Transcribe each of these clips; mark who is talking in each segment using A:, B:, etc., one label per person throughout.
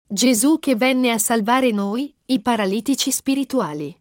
A: Gesù che venne a salvare noi, i paralitici spirituali.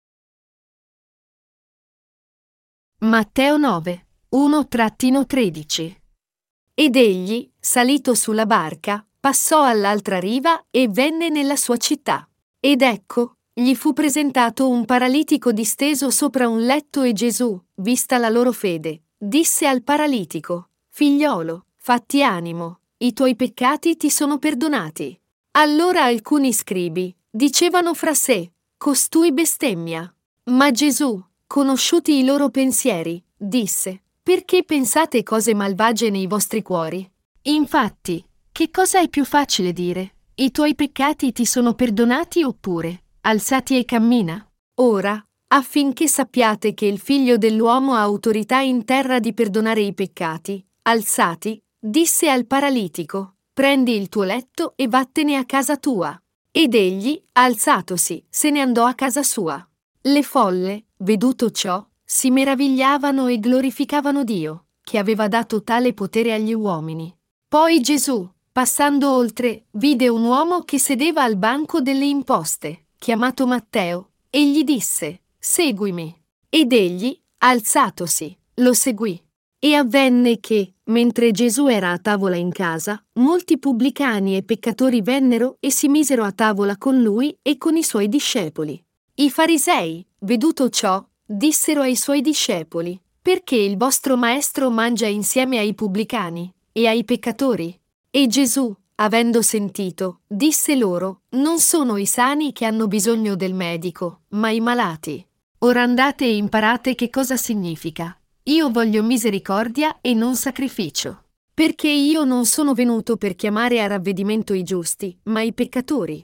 A: Matteo 9, 1-13. Ed egli, salito sulla barca, passò all'altra riva e venne nella sua città. Ed ecco, gli fu presentato un paralitico disteso sopra un letto e Gesù, vista la loro fede, disse al paralitico: Figliolo, fatti animo, i tuoi peccati ti sono perdonati. Allora alcuni scribi dicevano fra sé: costui bestemmia. Ma Gesù, conosciuti i loro pensieri, disse: perché pensate cose malvagie nei vostri cuori? Infatti, che cosa è più facile dire? I tuoi peccati ti sono perdonati oppure, alzati e cammina? Ora, affinché sappiate che il Figlio dell'uomo ha autorità in terra di perdonare i peccati, alzati, disse al paralitico: prendi il tuo letto e vattene a casa tua. Ed egli, alzatosi, se ne andò a casa sua. Le folle, veduto ciò, si meravigliavano e glorificavano Dio, che aveva dato tale potere agli uomini. Poi Gesù, passando oltre, vide un uomo che sedeva al banco delle imposte, chiamato Matteo, e gli disse: seguimi. Ed egli, alzatosi, lo seguì. E avvenne che, mentre Gesù era a tavola in casa, molti pubblicani e peccatori vennero e si misero a tavola con lui e con i suoi discepoli. I farisei, veduto ciò, dissero ai suoi discepoli: perché il vostro maestro mangia insieme ai pubblicani e ai peccatori? E Gesù, avendo sentito, disse loro: non sono i sani che hanno bisogno del medico, ma i malati. Ora andate e imparate che cosa significa: io voglio misericordia e non sacrificio. Perché io non sono venuto per chiamare a ravvedimento i giusti, ma i peccatori.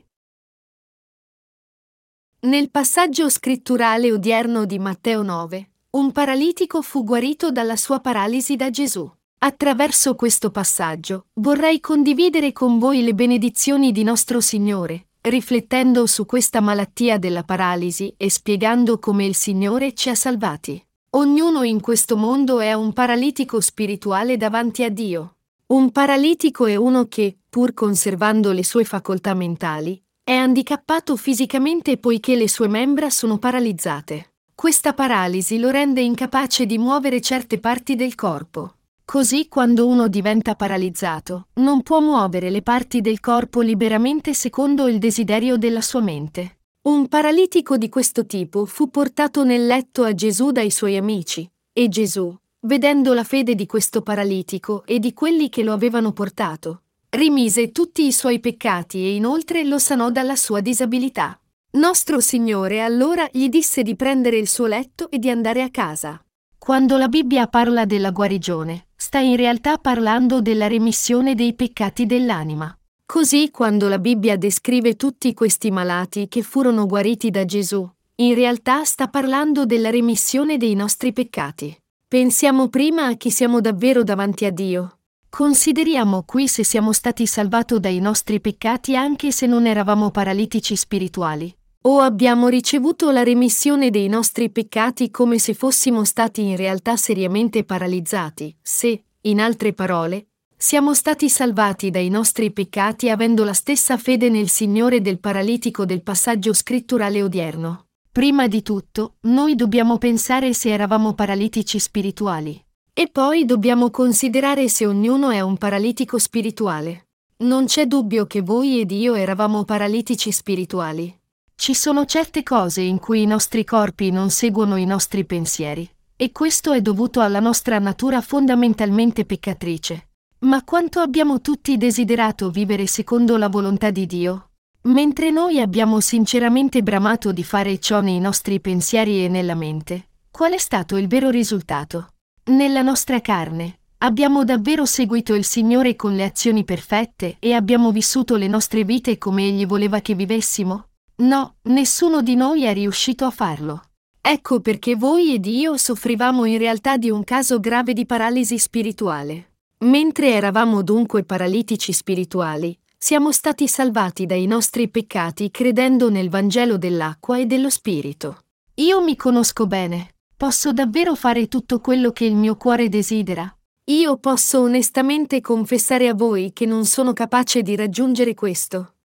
A: Nel passaggio scritturale odierno di Matteo 9, un paralitico fu guarito dalla sua paralisi da Gesù. Attraverso questo passaggio vorrei condividere con voi le benedizioni di nostro Signore, riflettendo su questa malattia della paralisi e spiegando come il Signore ci ha salvati. Ognuno in questo mondo è un paralitico spirituale davanti a Dio. Un paralitico è uno che, pur conservando le sue facoltà mentali, è handicappato fisicamente poiché le sue membra sono paralizzate. Questa paralisi lo rende incapace di muovere certe parti del corpo. Così quando uno diventa paralizzato, non può muovere le parti del corpo liberamente secondo il desiderio della sua mente. Un paralitico di questo tipo fu portato nel letto a Gesù dai suoi amici, e Gesù, vedendo la fede di questo paralitico e di quelli che lo avevano portato, rimise tutti i suoi peccati e inoltre lo sanò dalla sua disabilità. Nostro Signore allora gli disse di prendere il suo letto e di andare a casa. Quando la Bibbia parla della guarigione, sta in realtà parlando della remissione dei peccati dell'anima. Così quando la Bibbia descrive tutti questi malati che furono guariti da Gesù, in realtà sta parlando della remissione dei nostri peccati. Pensiamo prima a chi siamo davvero davanti a Dio. Consideriamo qui se siamo stati salvati dai nostri peccati anche se non eravamo paralitici spirituali. O abbiamo ricevuto la remissione dei nostri peccati come se fossimo stati in realtà seriamente paralizzati, se, in altre parole, siamo stati salvati dai nostri peccati avendo la stessa fede nel Signore del paralitico del passaggio scritturale odierno. Prima di tutto, noi dobbiamo pensare se eravamo paralitici spirituali. E poi dobbiamo considerare se ognuno è un paralitico spirituale. Non c'è dubbio che voi ed io eravamo paralitici spirituali. Ci sono certe cose in cui i nostri corpi non seguono i nostri pensieri, e questo è dovuto alla nostra natura fondamentalmente peccatrice. Ma quanto abbiamo tutti desiderato vivere secondo la volontà di Dio? Mentre noi abbiamo sinceramente bramato di fare ciò nei nostri pensieri e nella mente, qual è stato il vero risultato? Nella nostra carne, abbiamo davvero seguito il Signore con le azioni perfette e abbiamo vissuto le nostre vite come Egli voleva che vivessimo? No, nessuno di noi è riuscito a farlo. Ecco perché voi ed io soffrivamo in realtà di un caso grave di paralisi spirituale. Mentre eravamo dunque paralitici spirituali, siamo stati salvati dai nostri peccati credendo nel Vangelo dell'acqua e dello Spirito. Io mi conosco bene. Posso davvero fare tutto quello che il mio cuore desidera? Io posso onestamente confessare a voi che non sono capace di raggiungere questo.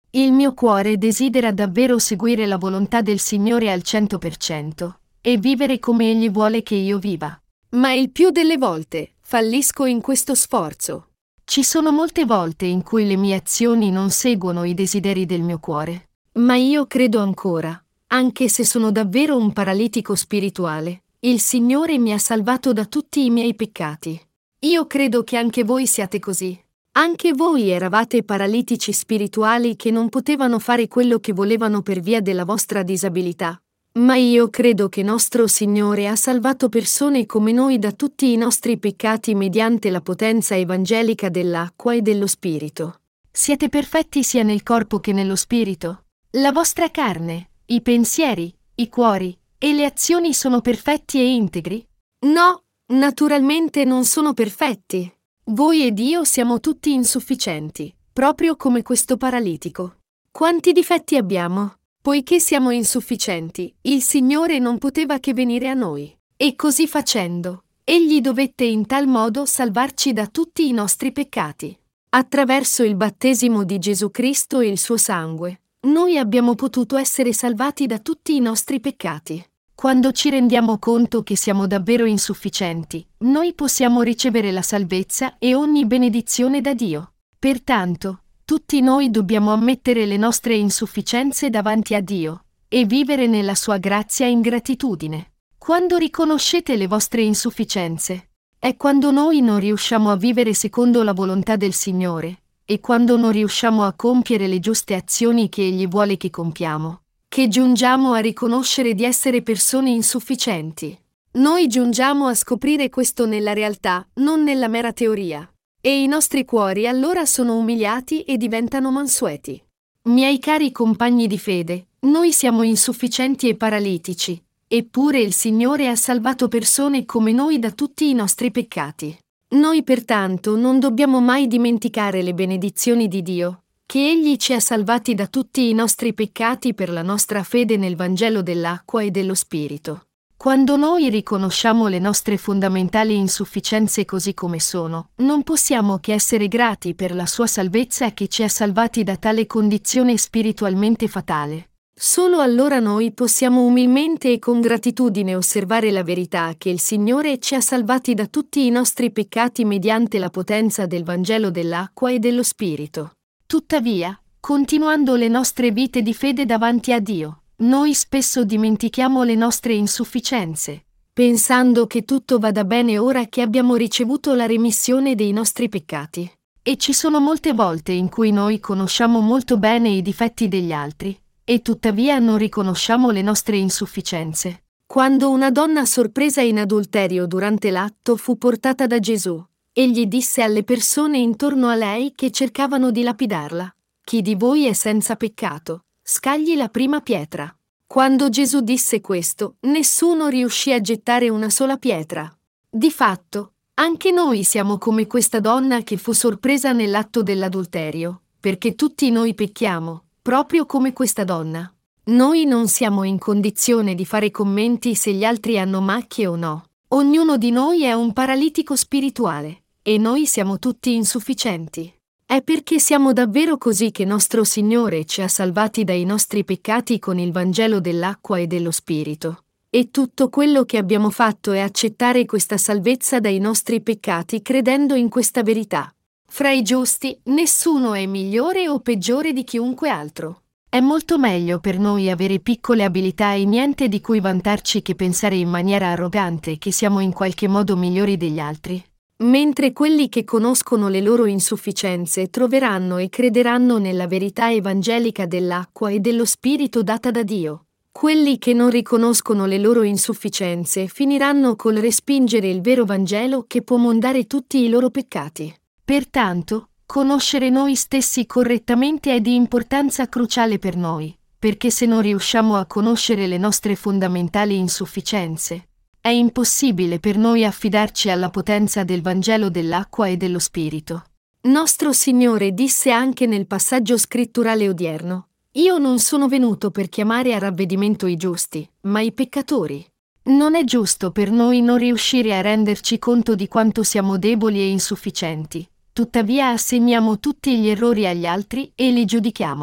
A: Il mio cuore desidera davvero seguire la volontà del Signore al 100% e vivere come Egli vuole che io viva. Ma il più delle volte fallisco in questo sforzo. Ci sono molte volte in cui le mie azioni non seguono i desideri del mio cuore. Ma io credo ancora, anche se sono davvero un paralitico spirituale, il Signore mi ha salvato da tutti i miei peccati. Io credo che anche voi siate così. Anche voi eravate paralitici spirituali che non potevano fare quello che volevano per via della vostra disabilità. Ma io credo che nostro Signore ha salvato persone come noi da tutti i nostri peccati mediante la potenza evangelica dell'acqua e dello Spirito. Siete perfetti sia nel corpo che nello spirito. La vostra carne, i pensieri, i cuori e le azioni sono perfetti e integri? No, naturalmente non sono perfetti. Voi ed io siamo tutti insufficienti, proprio come questo paralitico. Quanti difetti abbiamo? Poiché siamo insufficienti, il Signore non poteva che venire a noi. E così facendo, Egli dovette in tal modo salvarci da tutti i nostri peccati. Attraverso il battesimo di Gesù Cristo e il suo sangue, noi abbiamo potuto essere salvati da tutti i nostri peccati. Quando ci rendiamo conto che siamo davvero insufficienti, noi possiamo ricevere la salvezza e ogni benedizione da Dio. Pertanto, tutti noi dobbiamo ammettere le nostre insufficienze davanti a Dio e vivere nella sua grazia in gratitudine. Quando riconoscete le vostre insufficienze, è quando noi non riusciamo a vivere secondo la volontà del Signore e quando non riusciamo a compiere le giuste azioni che Egli vuole che compiamo, che giungiamo a riconoscere di essere persone insufficienti. Noi giungiamo a scoprire questo nella realtà, non nella mera teoria. E i nostri cuori allora sono umiliati e diventano mansueti. Miei cari compagni di fede, noi siamo insufficienti e paralitici, eppure il Signore ha salvato persone come noi da tutti i nostri peccati. Noi pertanto non dobbiamo mai dimenticare le benedizioni di Dio, che Egli ci ha salvati da tutti i nostri peccati per la nostra fede nel Vangelo dell'acqua e dello Spirito. Quando noi riconosciamo le nostre fondamentali insufficienze così come sono, non possiamo che essere grati per la sua salvezza che ci ha salvati da tale condizione spiritualmente fatale. Solo allora noi possiamo umilmente e con gratitudine osservare la verità che il Signore ci ha salvati da tutti i nostri peccati mediante la potenza del Vangelo dell'acqua e dello Spirito. Tuttavia, continuando le nostre vite di fede davanti a Dio, noi spesso dimentichiamo le nostre insufficienze, pensando che tutto vada bene ora che abbiamo ricevuto la remissione dei nostri peccati. E ci sono molte volte in cui noi conosciamo molto bene i difetti degli altri, e tuttavia non riconosciamo le nostre insufficienze. Quando una donna sorpresa in adulterio durante l'atto fu portata da Gesù, egli disse alle persone intorno a lei che cercavano di lapidarla: «Chi di voi è senza peccato, scagli la prima pietra». Quando Gesù disse questo, nessuno riuscì a gettare una sola pietra. Di fatto, anche noi siamo come questa donna che fu sorpresa nell'atto dell'adulterio, perché tutti noi pecchiamo, proprio come questa donna. Noi non siamo in condizione di fare commenti se gli altri hanno macchie o no. Ognuno di noi è un paralitico spirituale, e noi siamo tutti insufficienti. È perché siamo davvero così che nostro Signore ci ha salvati dai nostri peccati con il Vangelo dell'acqua e dello Spirito. E tutto quello che abbiamo fatto è accettare questa salvezza dai nostri peccati credendo in questa verità. Fra i giusti, nessuno è migliore o peggiore di chiunque altro. È molto meglio per noi avere piccole abilità e niente di cui vantarci che pensare in maniera arrogante che siamo in qualche modo migliori degli altri. Mentre quelli che conoscono le loro insufficienze troveranno e crederanno nella verità evangelica dell'acqua e dello Spirito data da Dio. Quelli che non riconoscono le loro insufficienze finiranno col respingere il vero Vangelo che può mondare tutti i loro peccati. Pertanto, conoscere noi stessi correttamente è di importanza cruciale per noi, perché se non riusciamo a conoscere le nostre fondamentali insufficienze, è impossibile per noi affidarci alla potenza del Vangelo dell'acqua e dello Spirito. Nostro Signore disse anche nel passaggio scritturale odierno: «Io non sono venuto per chiamare a ravvedimento i giusti, ma i peccatori». Non è giusto per noi non riuscire a renderci conto di quanto siamo deboli e insufficienti, tuttavia assegniamo tutti gli errori agli altri e li giudichiamo.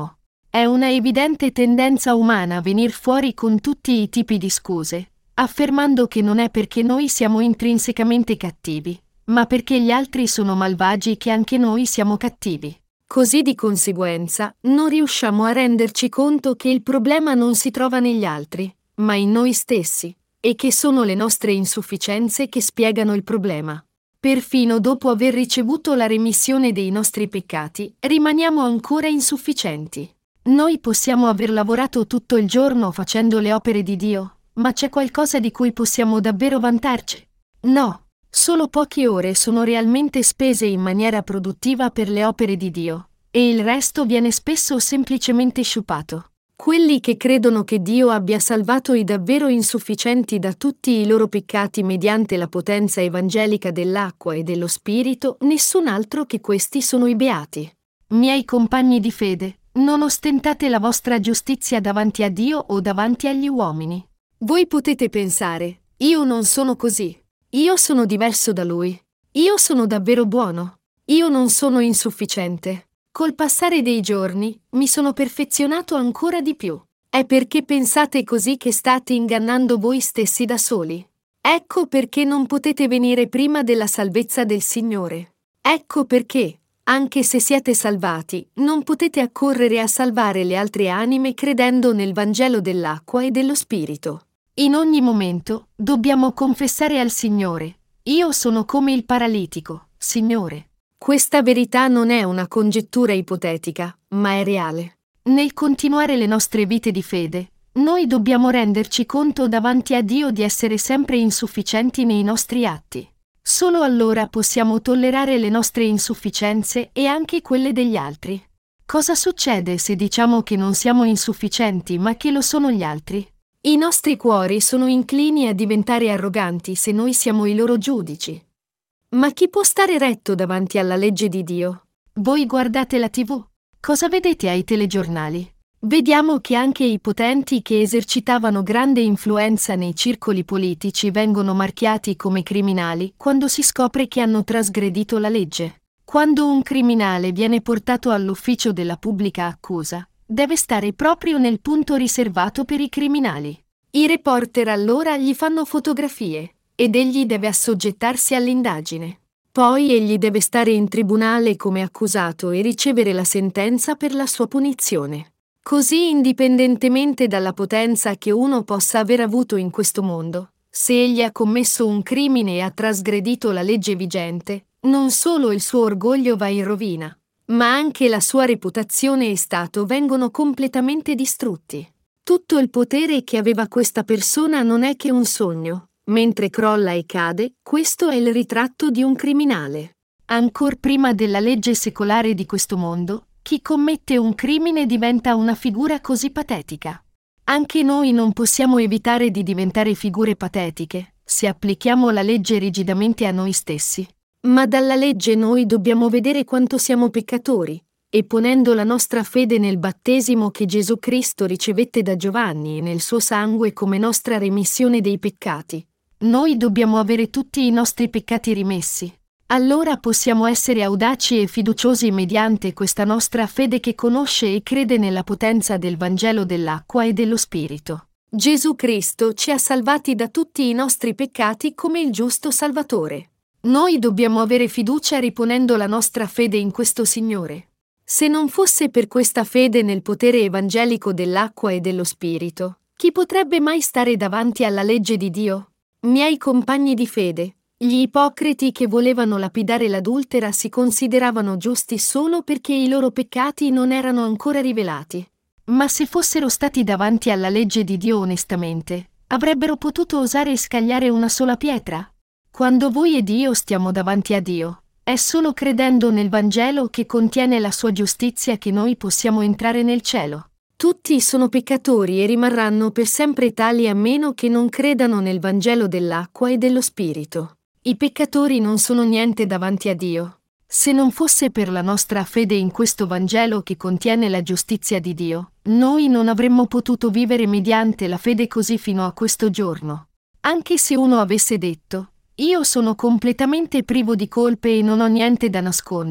A: È una evidente tendenza umana venir fuori con tutti i tipi di scuse, affermando che non è perché noi siamo intrinsecamente cattivi, ma perché gli altri sono malvagi che anche noi siamo cattivi. Così di conseguenza non riusciamo a renderci conto che il problema non si trova negli altri, ma in noi stessi, e che sono le nostre insufficienze che spiegano il problema. Perfino dopo aver ricevuto la remissione dei nostri peccati, rimaniamo ancora insufficienti. Noi possiamo aver lavorato tutto il giorno facendo le opere di Dio, ma c'è qualcosa di cui possiamo davvero vantarci? No, solo poche ore sono realmente spese in maniera produttiva per le opere di Dio, e il resto viene spesso semplicemente sciupato. Quelli che credono che Dio abbia salvato i davvero insufficienti da tutti i loro peccati mediante la potenza evangelica dell'acqua e dello Spirito, nessun altro che questi sono i beati. Miei compagni di fede, non ostentate la vostra giustizia davanti a Dio o davanti agli uomini. Voi potete pensare, io non sono così. Io sono diverso da lui. Io sono davvero buono. Io non sono insufficiente. Col passare dei giorni, mi sono perfezionato ancora di più. È perché pensate così che state ingannando voi stessi da soli. Ecco perché non potete venire prima della salvezza del Signore. Ecco perché, anche se siete salvati, non potete accorrere a salvare le altre anime credendo nel Vangelo dell'acqua e dello Spirito. In ogni momento, dobbiamo confessare al Signore: io sono come il paralitico, Signore. Questa verità non è una congettura ipotetica, ma è reale. Nel continuare le nostre vite di fede, noi dobbiamo renderci conto davanti a Dio di essere sempre insufficienti nei nostri atti. Solo allora possiamo tollerare le nostre insufficienze e anche quelle degli altri. Cosa succede se diciamo che non siamo insufficienti ma che lo sono gli altri? I nostri cuori sono inclini a diventare arroganti se noi siamo i loro giudici. Ma chi può stare retto davanti alla legge di Dio? Voi guardate la TV? Cosa vedete ai telegiornali? Vediamo che anche i potenti che esercitavano grande influenza nei circoli politici vengono marchiati come criminali quando si scopre che hanno trasgredito la legge. Quando un criminale viene portato all'ufficio della pubblica accusa, deve stare proprio nel punto riservato per i criminali. I reporter allora gli fanno fotografie, ed egli deve assoggettarsi all'indagine. Poi egli deve stare in tribunale come accusato e ricevere la sentenza per la sua punizione. Così, indipendentemente dalla potenza che uno possa aver avuto in questo mondo, se egli ha commesso un crimine e ha trasgredito la legge vigente, non solo il suo orgoglio va in rovina, ma anche la sua reputazione e stato vengono completamente distrutti. Tutto il potere che aveva questa persona non è che un sogno. Mentre crolla e cade, questo è il ritratto di un criminale. Ancor prima della legge secolare di questo mondo, chi commette un crimine diventa una figura così patetica. Anche noi non possiamo evitare di diventare figure patetiche, se applichiamo la legge rigidamente a noi stessi. Ma dalla legge noi dobbiamo vedere quanto siamo peccatori, e ponendo la nostra fede nel battesimo che Gesù Cristo ricevette da Giovanni e nel suo sangue come nostra remissione dei peccati, noi dobbiamo avere tutti i nostri peccati rimessi. Allora possiamo essere audaci e fiduciosi mediante questa nostra fede che conosce e crede nella potenza del Vangelo dell'acqua e dello Spirito. Gesù Cristo ci ha salvati da tutti i nostri peccati come il giusto Salvatore. Noi dobbiamo avere fiducia riponendo la nostra fede in questo Signore. Se non fosse per questa fede nel potere evangelico dell'acqua e dello Spirito, chi potrebbe mai stare davanti alla legge di Dio? Miei compagni di fede, gli ipocriti che volevano lapidare l'adultera si consideravano giusti solo perché i loro peccati non erano ancora rivelati. Ma se fossero stati davanti alla legge di Dio onestamente, avrebbero potuto osare scagliare una sola pietra? Quando voi ed io stiamo davanti a Dio, è solo credendo nel Vangelo che contiene la sua giustizia che noi possiamo entrare nel cielo. Tutti sono peccatori e rimarranno per sempre tali a meno che non credano nel Vangelo dell'acqua e dello Spirito. I peccatori non sono niente davanti a Dio. Se non fosse per la nostra fede in questo Vangelo che contiene la giustizia di Dio, noi non avremmo potuto vivere mediante la fede così fino a questo giorno. Anche se uno avesse detto: io sono completamente privo di colpe e non ho niente da nascondere,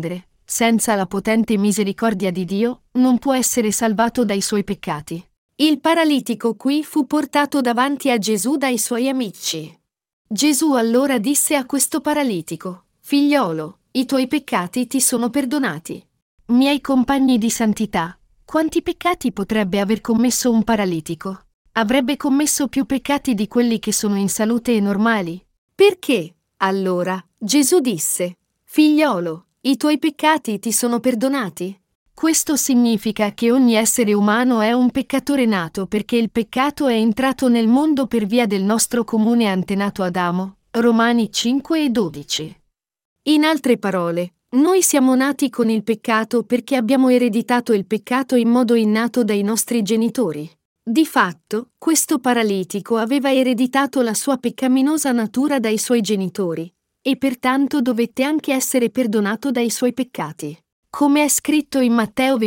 A: senza la potente misericordia di Dio, non può essere salvato dai suoi peccati. Il paralitico qui fu portato davanti a Gesù dai suoi amici. Gesù allora disse a questo paralitico: «Figliolo, i tuoi peccati ti sono perdonati». Miei compagni di santità, quanti peccati potrebbe aver commesso un paralitico? Avrebbe commesso più peccati di quelli che sono in salute e normali. Perché, allora, Gesù disse: «Figliolo, i tuoi peccati ti sono perdonati»? Questo significa che ogni essere umano è un peccatore nato perché il peccato è entrato nel mondo per via del nostro comune antenato Adamo. Romani 5:12. In altre parole, noi siamo nati con il peccato perché abbiamo ereditato il peccato in modo innato dai nostri genitori. Di fatto, questo paralitico aveva ereditato la sua peccaminosa natura dai suoi genitori, e pertanto dovette anche essere perdonato dai suoi peccati. Come è scritto in Matteo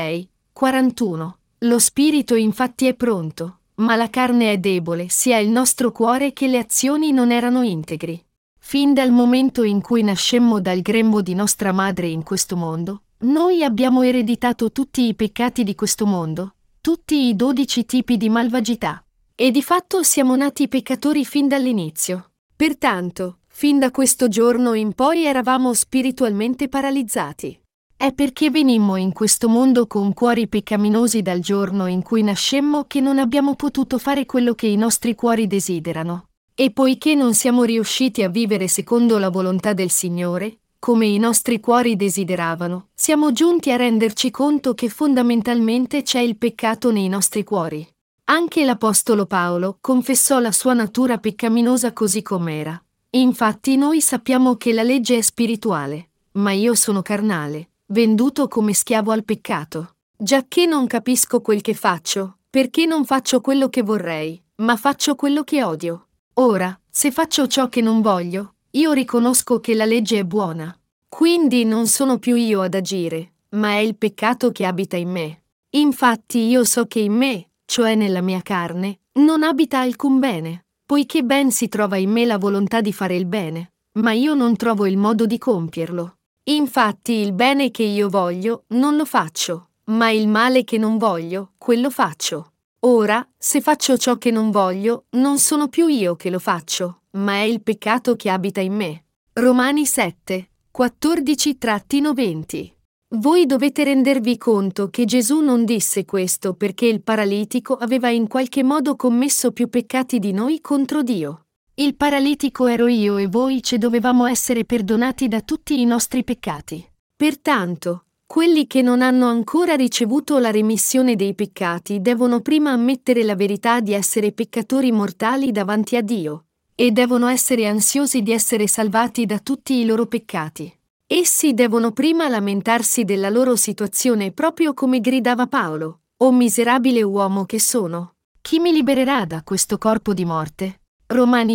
A: 26:41, lo spirito infatti è pronto, ma la carne è debole, sia il nostro cuore che le azioni non erano integri. Fin dal momento in cui nascemmo dal grembo di nostra madre in questo mondo, noi abbiamo ereditato tutti i peccati di questo mondo, tutti i 12 tipi di malvagità. E di fatto siamo nati peccatori fin dall'inizio. Pertanto, fin da questo giorno in poi eravamo spiritualmente paralizzati. È perché venimmo in questo mondo con cuori peccaminosi dal giorno in cui nascemmo che non abbiamo potuto fare quello che i nostri cuori desiderano. E poiché non siamo riusciti a vivere secondo la volontà del Signore, come i nostri cuori desideravano, siamo giunti a renderci conto che fondamentalmente c'è il peccato nei nostri cuori. Anche l'Apostolo Paolo confessò la sua natura peccaminosa così com'era. Infatti noi sappiamo che la legge è spirituale, ma io sono carnale, venduto come schiavo al peccato. Giacché non capisco quel che faccio, perché non faccio quello che vorrei, ma faccio quello che odio. Ora, se faccio ciò che non voglio, io riconosco che la legge è buona. Quindi non sono più io ad agire, ma è il peccato che abita in me. Infatti io so che in me, cioè nella mia carne, non abita alcun bene, poiché ben si trova in me la volontà di fare il bene, ma io non trovo il modo di compierlo. Infatti il bene che io voglio, non lo faccio, ma il male che non voglio, quello faccio. Ora, se faccio ciò che non voglio, non sono più io che lo faccio, ma è il peccato che abita in me. Romani 7:14-20. Voi dovete rendervi conto che Gesù non disse questo perché il paralitico aveva in qualche modo commesso più peccati di noi contro Dio. Il paralitico ero io e voi ci dovevamo essere perdonati da tutti i nostri peccati. Pertanto, quelli che non hanno ancora ricevuto la remissione dei peccati devono prima ammettere la verità di essere peccatori mortali davanti a Dio, e devono essere ansiosi di essere salvati da tutti i loro peccati. Essi devono prima lamentarsi della loro situazione proprio come gridava Paolo: «O miserabile uomo che sono! Chi mi libererà da questo corpo di morte?» Romani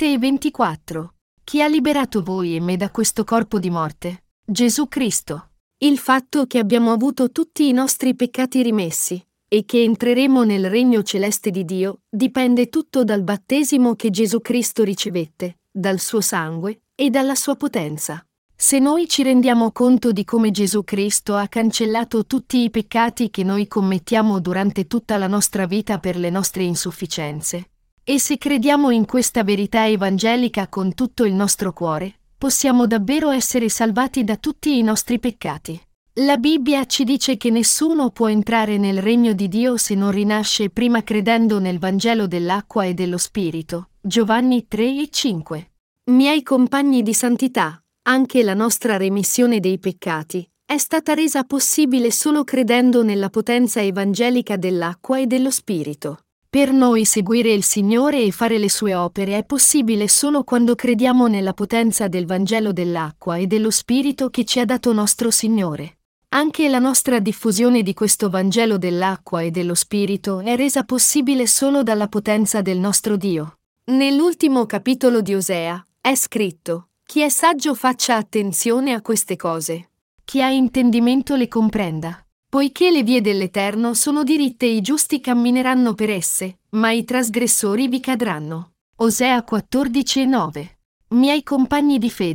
A: 7:24. Chi ha liberato voi e me da questo corpo di morte? Gesù Cristo. Il fatto che abbiamo avuto tutti i nostri peccati rimessi e che entreremo nel regno celeste di Dio dipende tutto dal battesimo che Gesù Cristo ricevette, dal suo sangue e dalla sua potenza. Se noi ci rendiamo conto di come Gesù Cristo ha cancellato tutti i peccati che noi commettiamo durante tutta la nostra vita per le nostre insufficienze, e se crediamo in questa verità evangelica con tutto il nostro cuore, possiamo davvero essere salvati da tutti i nostri peccati. La Bibbia ci dice che nessuno può entrare nel regno di Dio se non rinasce prima credendo nel Vangelo dell'acqua e dello Spirito. Giovanni 3:5. Miei compagni di santità, anche la nostra remissione dei peccati è stata resa possibile solo credendo nella potenza evangelica dell'acqua e dello Spirito. Per noi seguire il Signore e fare le sue opere è possibile solo quando crediamo nella potenza del Vangelo dell'acqua e dello Spirito che ci ha dato nostro Signore. Anche la nostra diffusione di questo Vangelo dell'acqua e dello Spirito è resa possibile solo dalla potenza del nostro Dio. Nell'ultimo capitolo di Osea è scritto: «Chi è saggio faccia attenzione a queste cose. Chi ha intendimento le comprenda. Poiché le vie dell'Eterno sono diritte e i giusti cammineranno per esse, ma i trasgressori vi cadranno». Osea 14:9. Miei compagni di fede,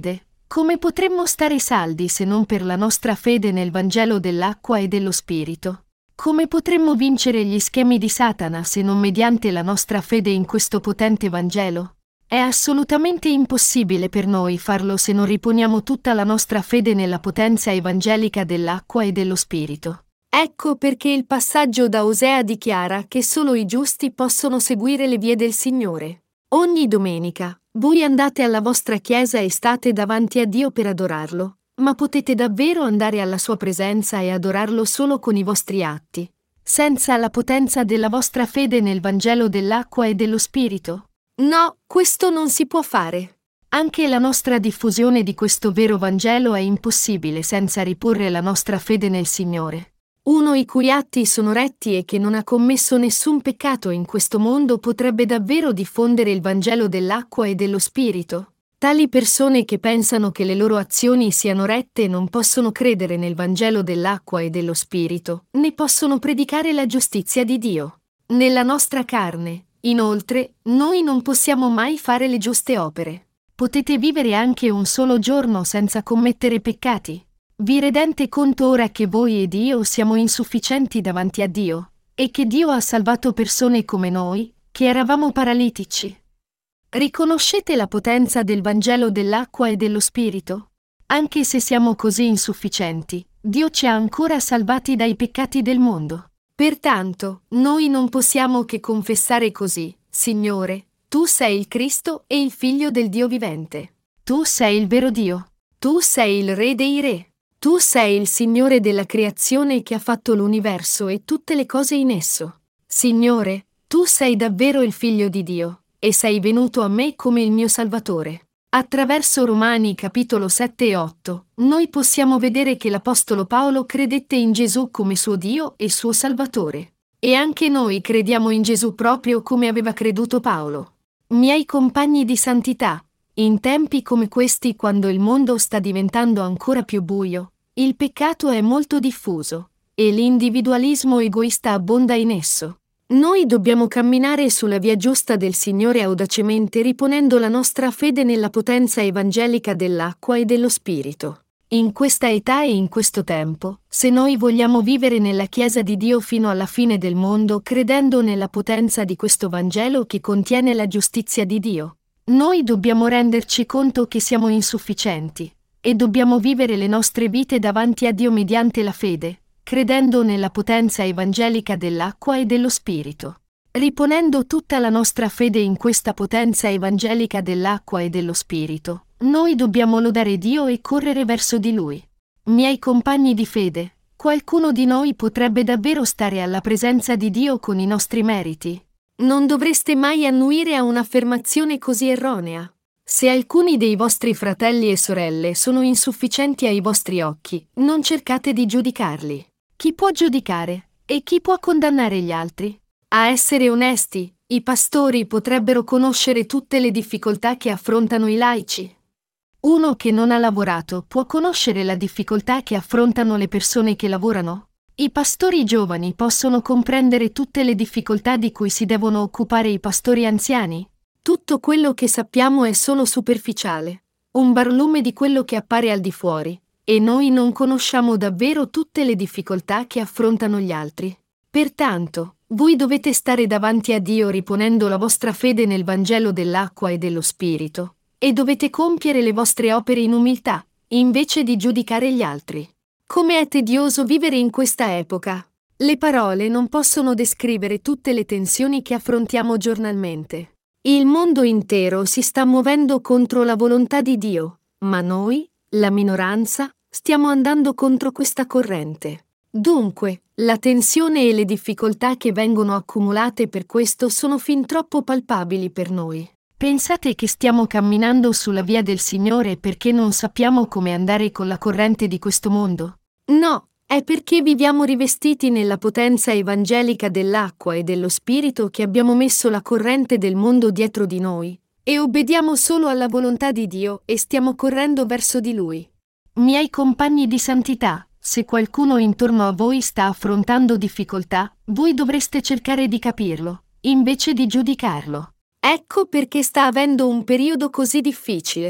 A: Come potremmo stare saldi se non per la nostra fede nel Vangelo dell'acqua e dello Spirito? Come potremmo vincere gli schemi di Satana se non mediante la nostra fede in questo potente Vangelo? È assolutamente impossibile per noi farlo se non riponiamo tutta la nostra fede nella potenza evangelica dell'acqua e dello Spirito. Ecco perché il passaggio da Osea dichiara che solo i giusti possono seguire le vie del Signore. Ogni domenica, voi andate alla vostra chiesa e state davanti a Dio per adorarlo, ma potete davvero andare alla sua presenza e adorarlo solo con i vostri atti, senza la potenza della vostra fede nel Vangelo dell'acqua e dello Spirito? No, questo non si può fare. Anche la nostra diffusione di questo vero Vangelo è impossibile senza riporre la nostra fede nel Signore. Uno i cui atti sono retti e che non ha commesso nessun peccato in questo mondo potrebbe davvero diffondere il Vangelo dell'acqua e dello Spirito. Tali persone che pensano che le loro azioni siano rette non possono credere nel Vangelo dell'acqua e dello Spirito, né possono predicare la giustizia di Dio. Nella nostra carne, inoltre, noi non possiamo mai fare le giuste opere. Potete vivere anche un solo giorno senza commettere peccati? Vi rendete conto ora che voi ed io siamo insufficienti davanti a Dio, e che Dio ha salvato persone come noi, che eravamo paralitici? Riconoscete la potenza del Vangelo dell'acqua e dello Spirito? Anche se siamo così insufficienti, Dio ci ha ancora salvati dai peccati del mondo. Pertanto, noi non possiamo che confessare così: Signore, Tu sei il Cristo e il Figlio del Dio vivente. Tu sei il vero Dio. Tu sei il Re dei Re. Tu sei il Signore della creazione che ha fatto l'universo e tutte le cose in esso. Signore, Tu sei davvero il Figlio di Dio, e sei venuto a me come il mio Salvatore. Attraverso Romani capitolo 7 e 8, noi possiamo vedere che l'Apostolo Paolo credette in Gesù come suo Dio e suo Salvatore. E anche noi crediamo in Gesù proprio come aveva creduto Paolo. Miei compagni di santità, in tempi come questi, quando il mondo sta diventando ancora più buio, il peccato è molto diffuso, e l'individualismo egoista abbonda in esso. Noi dobbiamo camminare sulla via giusta del Signore audacemente riponendo la nostra fede nella potenza evangelica dell'acqua e dello Spirito. In questa età e in questo tempo, se noi vogliamo vivere nella Chiesa di Dio fino alla fine del mondo credendo nella potenza di questo Vangelo che contiene la giustizia di Dio, noi dobbiamo renderci conto che siamo insufficienti, e dobbiamo vivere le nostre vite davanti a Dio mediante la fede, credendo nella potenza evangelica dell'acqua e dello Spirito. Riponendo tutta la nostra fede in questa potenza evangelica dell'acqua e dello Spirito, noi dobbiamo lodare Dio e correre verso di Lui. Miei compagni di fede, qualcuno di noi potrebbe davvero stare alla presenza di Dio con i nostri meriti. Non dovreste mai annuire a un'affermazione così erronea. Se alcuni dei vostri fratelli e sorelle sono insufficienti ai vostri occhi, non cercate di giudicarli. Chi può giudicare? E chi può condannare gli altri? A essere onesti, i pastori potrebbero conoscere tutte le difficoltà che affrontano i laici. Uno che non ha lavorato può conoscere la difficoltà che affrontano le persone che lavorano? I pastori giovani possono comprendere tutte le difficoltà di cui si devono occupare i pastori anziani? Tutto quello che sappiamo è solo superficiale, un barlume di quello che appare al di fuori, e noi non conosciamo davvero tutte le difficoltà che affrontano gli altri. Pertanto, voi dovete stare davanti a Dio riponendo la vostra fede nel Vangelo dell'acqua e dello Spirito, e dovete compiere le vostre opere in umiltà, invece di giudicare gli altri. Come è tedioso vivere in questa epoca! Le parole non possono descrivere tutte le tensioni che affrontiamo giornalmente. Il mondo intero si sta muovendo contro la volontà di Dio, ma noi, la minoranza, stiamo andando contro questa corrente. Dunque, la tensione e le difficoltà che vengono accumulate per questo sono fin troppo palpabili per noi. Pensate che stiamo camminando sulla via del Signore perché non sappiamo come andare con la corrente di questo mondo? No, è perché viviamo rivestiti nella potenza evangelica dell'acqua e dello Spirito che abbiamo messo la corrente del mondo dietro di noi, e obbediamo solo alla volontà di Dio e stiamo correndo verso di Lui. Miei compagni di santità, se qualcuno intorno a voi sta affrontando difficoltà, voi dovreste cercare di capirlo, invece di giudicarlo. Ecco perché sta avendo un periodo così difficile.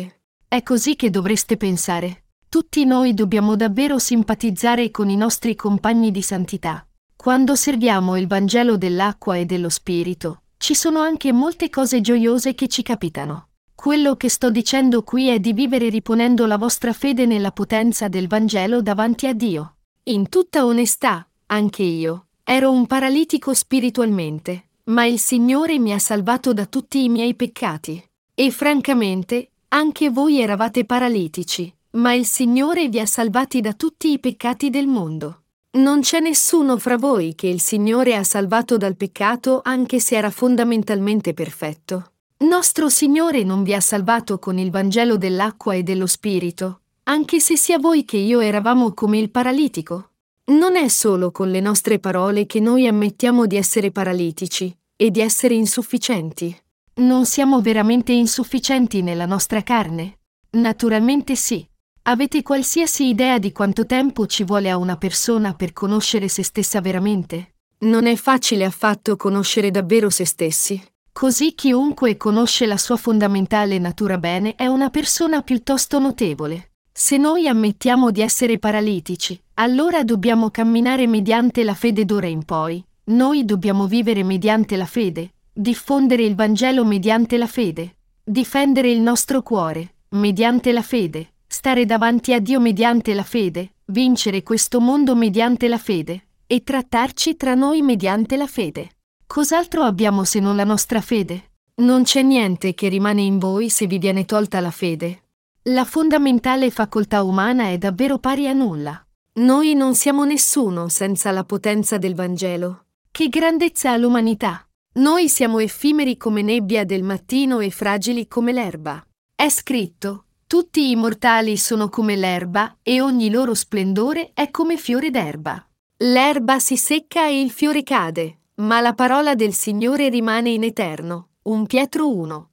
A: È così che dovreste pensare. Tutti noi dobbiamo davvero simpatizzare con i nostri compagni di santità. Quando serviamo il Vangelo dell'acqua e dello Spirito, ci sono anche molte cose gioiose che ci capitano. Quello che sto dicendo qui è di vivere riponendo la vostra fede nella potenza del Vangelo davanti a Dio. In tutta onestà, anche io ero un paralitico spiritualmente, ma il Signore mi ha salvato da tutti i miei peccati. E francamente, anche voi eravate paralitici, ma il Signore vi ha salvati da tutti i peccati del mondo. Non c'è nessuno fra voi che il Signore ha salvato dal peccato anche se era fondamentalmente perfetto. Nostro Signore non vi ha salvato con il Vangelo dell'acqua e dello Spirito, anche se sia voi che io eravamo come il paralitico. Non è solo con le nostre parole che noi ammettiamo di essere paralitici e di essere insufficienti. Non siamo veramente insufficienti nella nostra carne? Naturalmente sì. Avete qualsiasi idea di quanto tempo ci vuole a una persona per conoscere se stessa veramente? Non è facile affatto conoscere davvero se stessi. Così chiunque conosce la sua fondamentale natura bene è una persona piuttosto notevole. Se noi ammettiamo di essere paralitici, allora dobbiamo camminare mediante la fede d'ora in poi. Noi dobbiamo vivere mediante la fede, diffondere il Vangelo mediante la fede, difendere il nostro cuore mediante la fede, stare davanti a Dio mediante la fede, vincere questo mondo mediante la fede, e trattarci tra noi mediante la fede. Cos'altro abbiamo se non la nostra fede? Non c'è niente che rimane in voi se vi viene tolta la fede. La fondamentale facoltà umana è davvero pari a nulla. Noi non siamo nessuno senza la potenza del Vangelo. Che grandezza ha l'umanità! Noi siamo effimeri come nebbia del mattino e fragili come l'erba. È scritto: tutti i mortali sono come l'erba e ogni loro splendore è come fiore d'erba. L'erba si secca e il fiore cade, ma la parola del Signore rimane in eterno. 1 Pietro 1,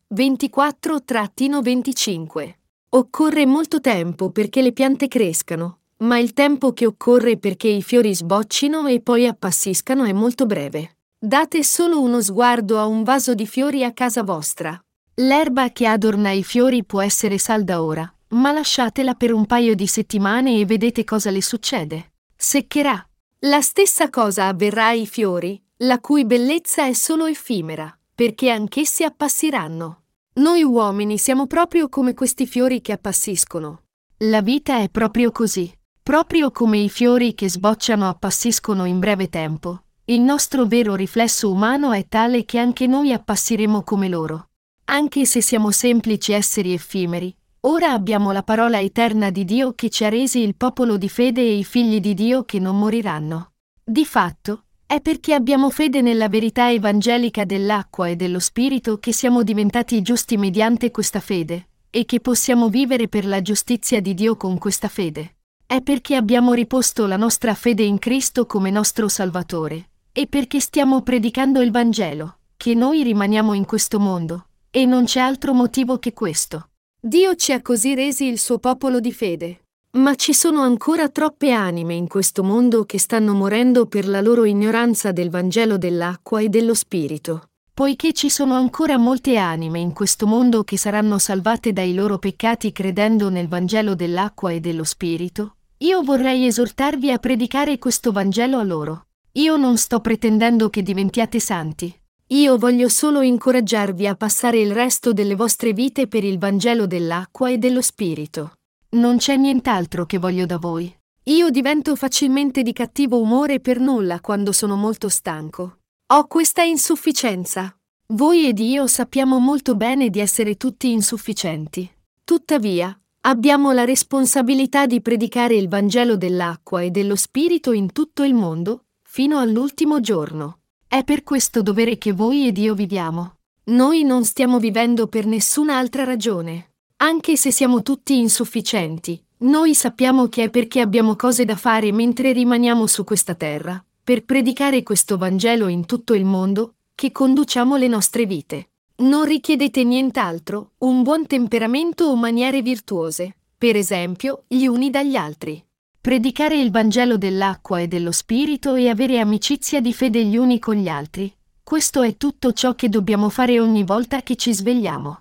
A: 24-25. Occorre molto tempo perché le piante crescano, ma il tempo che occorre perché i fiori sboccino e poi appassiscano è molto breve. Date solo uno sguardo a un vaso di fiori a casa vostra. L'erba che adorna i fiori può essere salda ora, ma lasciatela per un paio di settimane e vedete cosa le succede. Seccherà. La stessa cosa avverrà ai fiori, la cui bellezza è solo effimera, perché anch'essi appassiranno. Noi uomini siamo proprio come questi fiori che appassiscono. La vita è proprio così. Proprio come i fiori che sbocciano appassiscono in breve tempo, il nostro vero riflesso umano è tale che anche noi appassiremo come loro. Anche se siamo semplici esseri effimeri, ora abbiamo la parola eterna di Dio che ci ha resi il popolo di fede e i figli di Dio che non moriranno. Di fatto, è perché abbiamo fede nella verità evangelica dell'acqua e dello Spirito che siamo diventati giusti mediante questa fede, e che possiamo vivere per la giustizia di Dio con questa fede. È perché abbiamo riposto la nostra fede in Cristo come nostro Salvatore, e perché stiamo predicando il Vangelo, che noi rimaniamo in questo mondo, e non c'è altro motivo che questo. Dio ci ha così resi il suo popolo di fede. Ma ci sono ancora troppe anime in questo mondo che stanno morendo per la loro ignoranza del Vangelo dell'acqua e dello Spirito. Poiché ci sono ancora molte anime in questo mondo che saranno salvate dai loro peccati credendo nel Vangelo dell'acqua e dello Spirito, io vorrei esortarvi a predicare questo Vangelo a loro. Io non sto pretendendo che diventiate santi. Io voglio solo incoraggiarvi a passare il resto delle vostre vite per il Vangelo dell'acqua e dello Spirito. Non c'è nient'altro che voglio da voi. Io divento facilmente di cattivo umore per nulla quando sono molto stanco. Ho questa insufficienza. Voi ed io sappiamo molto bene di essere tutti insufficienti. Tuttavia, abbiamo la responsabilità di predicare il Vangelo dell'acqua e dello Spirito in tutto il mondo, fino all'ultimo giorno. È per questo dovere che voi ed io viviamo. Noi non stiamo vivendo per nessuna altra ragione. Anche se siamo tutti insufficienti, noi sappiamo che è perché abbiamo cose da fare mentre rimaniamo su questa terra, per predicare questo Vangelo in tutto il mondo, che conduciamo le nostre vite. Non richiedete nient'altro, un buon temperamento o maniere virtuose, per esempio, gli uni dagli altri. Predicare il Vangelo dell'acqua e dello Spirito e avere amicizia di fede gli uni con gli altri. Questo è tutto ciò che dobbiamo fare ogni volta che ci svegliamo.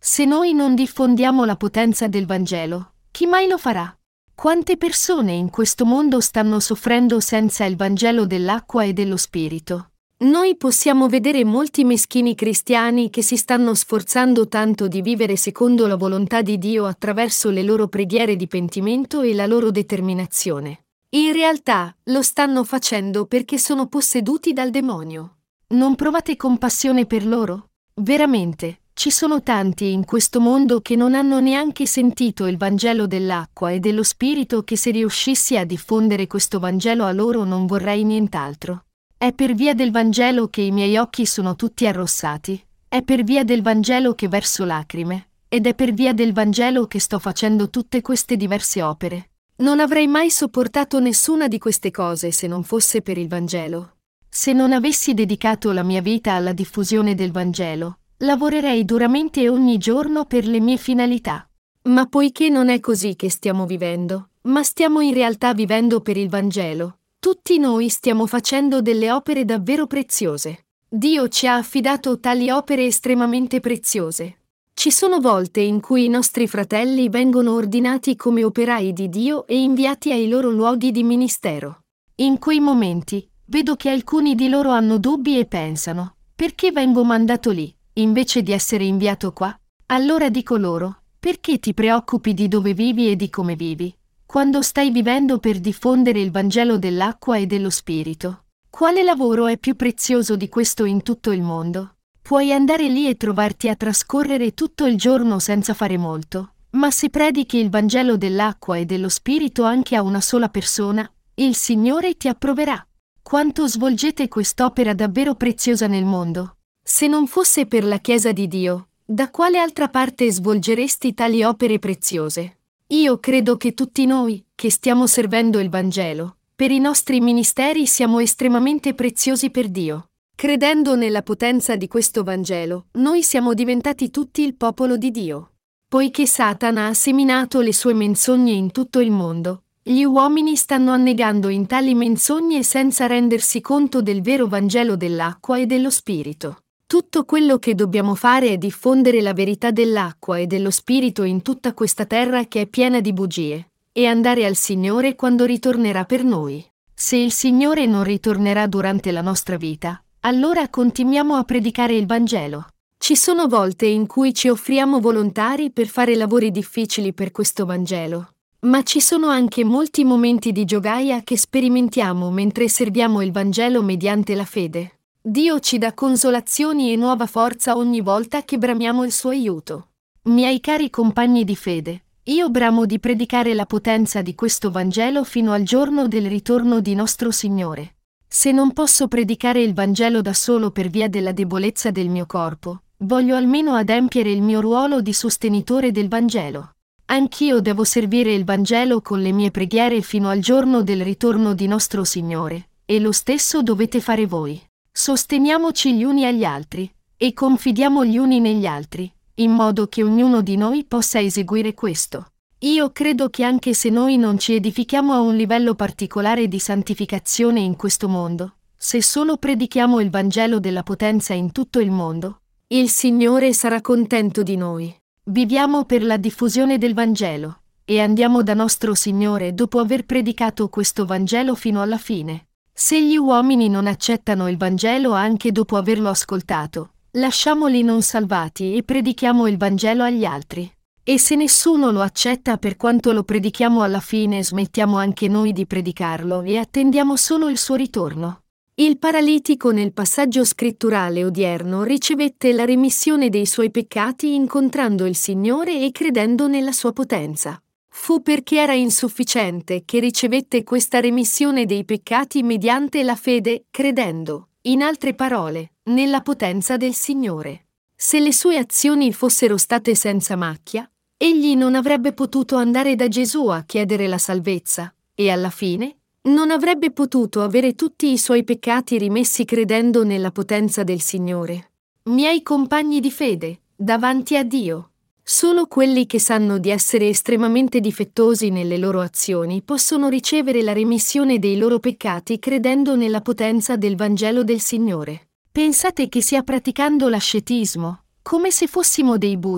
A: Se noi non diffondiamo la potenza del Vangelo, chi mai lo farà? Quante persone in questo mondo stanno soffrendo senza il Vangelo dell'acqua e dello Spirito? Noi possiamo vedere molti meschini cristiani che si stanno sforzando tanto di vivere secondo la volontà di Dio attraverso le loro preghiere di pentimento e la loro determinazione. In realtà, lo stanno facendo perché sono posseduti dal demonio. Non provate compassione per loro? Veramente, ci sono tanti in questo mondo che non hanno neanche sentito il Vangelo dell'acqua e dello Spirito che se riuscissi a diffondere questo Vangelo a loro non vorrei nient'altro. È per via del Vangelo che i miei occhi sono tutti arrossati, è per via del Vangelo che verso lacrime, ed è per via del Vangelo che sto facendo tutte queste diverse opere. Non avrei mai sopportato nessuna di queste cose se non fosse per il Vangelo. Se non avessi dedicato la mia vita alla diffusione del Vangelo, lavorerei duramente ogni giorno per le mie finalità. Ma poiché non è così che stiamo vivendo, ma stiamo in realtà vivendo per il Vangelo, tutti noi stiamo facendo delle opere davvero preziose. Dio ci ha affidato tali opere estremamente preziose. Ci sono volte in cui i nostri fratelli vengono ordinati come operai di Dio e inviati ai loro luoghi di ministero. In quei momenti, vedo che alcuni di loro hanno dubbi e pensano: perché vengo mandato lì, invece di essere inviato qua? Allora dico loro: perché ti preoccupi di dove vivi e di come vivi, quando stai vivendo per diffondere il Vangelo dell'acqua e dello Spirito? Quale lavoro è più prezioso di questo in tutto il mondo? Puoi andare lì e trovarti a trascorrere tutto il giorno senza fare molto, ma se predichi il Vangelo dell'acqua e dello Spirito anche a una sola persona, il Signore ti approverà. Quanto svolgete quest'opera davvero preziosa nel mondo? Se non fosse per la Chiesa di Dio, da quale altra parte svolgeresti tali opere preziose? Io credo che tutti noi, che stiamo servendo il Vangelo, per i nostri ministeri siamo estremamente preziosi per Dio. Credendo nella potenza di questo Vangelo, noi siamo diventati tutti il popolo di Dio. Poiché Satana ha seminato le sue menzogne in tutto il mondo, gli uomini stanno annegando in tali menzogne senza rendersi conto del vero Vangelo dell'acqua e dello Spirito. Tutto quello che dobbiamo fare è diffondere la verità dell'acqua e dello Spirito in tutta questa terra che è piena di bugie, e andare al Signore quando ritornerà per noi. Se il Signore non ritornerà durante la nostra vita, allora continuiamo a predicare il Vangelo. Ci sono volte in cui ci offriamo volontari per fare lavori difficili per questo Vangelo, ma ci sono anche molti momenti di gioia che sperimentiamo mentre serviamo il Vangelo mediante la fede. Dio ci dà consolazioni e nuova forza ogni volta che bramiamo il suo aiuto. Miei cari compagni di fede, io bramo di predicare la potenza di questo Vangelo fino al giorno del ritorno di nostro Signore. Se non posso predicare il Vangelo da solo per via della debolezza del mio corpo, voglio almeno adempiere il mio ruolo di sostenitore del Vangelo. Anch'io devo servire il Vangelo con le mie preghiere fino al giorno del ritorno di nostro Signore, e lo stesso dovete fare voi. Sosteniamoci gli uni agli altri, e confidiamo gli uni negli altri, in modo che ognuno di noi possa eseguire questo. Io credo che anche se noi non ci edifichiamo a un livello particolare di santificazione in questo mondo, se solo predichiamo il Vangelo della potenza in tutto il mondo, il Signore sarà contento di noi. Viviamo per la diffusione del Vangelo, e andiamo da nostro Signore dopo aver predicato questo Vangelo fino alla fine. Se gli uomini non accettano il Vangelo anche dopo averlo ascoltato, lasciamoli non salvati e predichiamo il Vangelo agli altri. E se nessuno lo accetta per quanto lo predichiamo alla fine, smettiamo anche noi di predicarlo e attendiamo solo il suo ritorno. Il paralitico nel passaggio scritturale odierno ricevette la remissione dei suoi peccati incontrando il Signore e credendo nella sua potenza. Fu perché era insufficiente che ricevette questa remissione dei peccati mediante la fede, credendo, in altre parole, nella potenza del Signore. Se le sue azioni fossero state senza macchia, egli non avrebbe potuto andare da Gesù a chiedere la salvezza, e alla fine non avrebbe potuto avere tutti i suoi peccati rimessi credendo nella potenza del Signore. Miei compagni di fede, davanti a Dio, solo quelli che sanno di essere estremamente difettosi nelle loro azioni possono ricevere la remissione dei loro peccati credendo nella potenza del Vangelo del Signore. Pensate che sia praticando l'ascetismo, come se fossimo dei Buddha,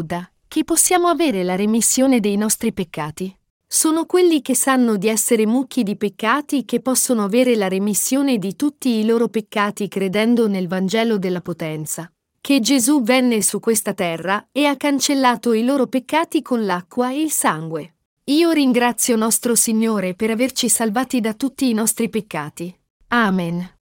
A: Chi possiamo avere la remissione dei nostri peccati? Sono quelli che sanno di essere mucchi di peccati che possono avere la remissione di tutti i loro peccati credendo nel Vangelo della potenza, che Gesù venne su questa terra e ha cancellato i loro peccati con l'acqua e il sangue. Io ringrazio nostro Signore per averci salvati da tutti i nostri peccati. Amen.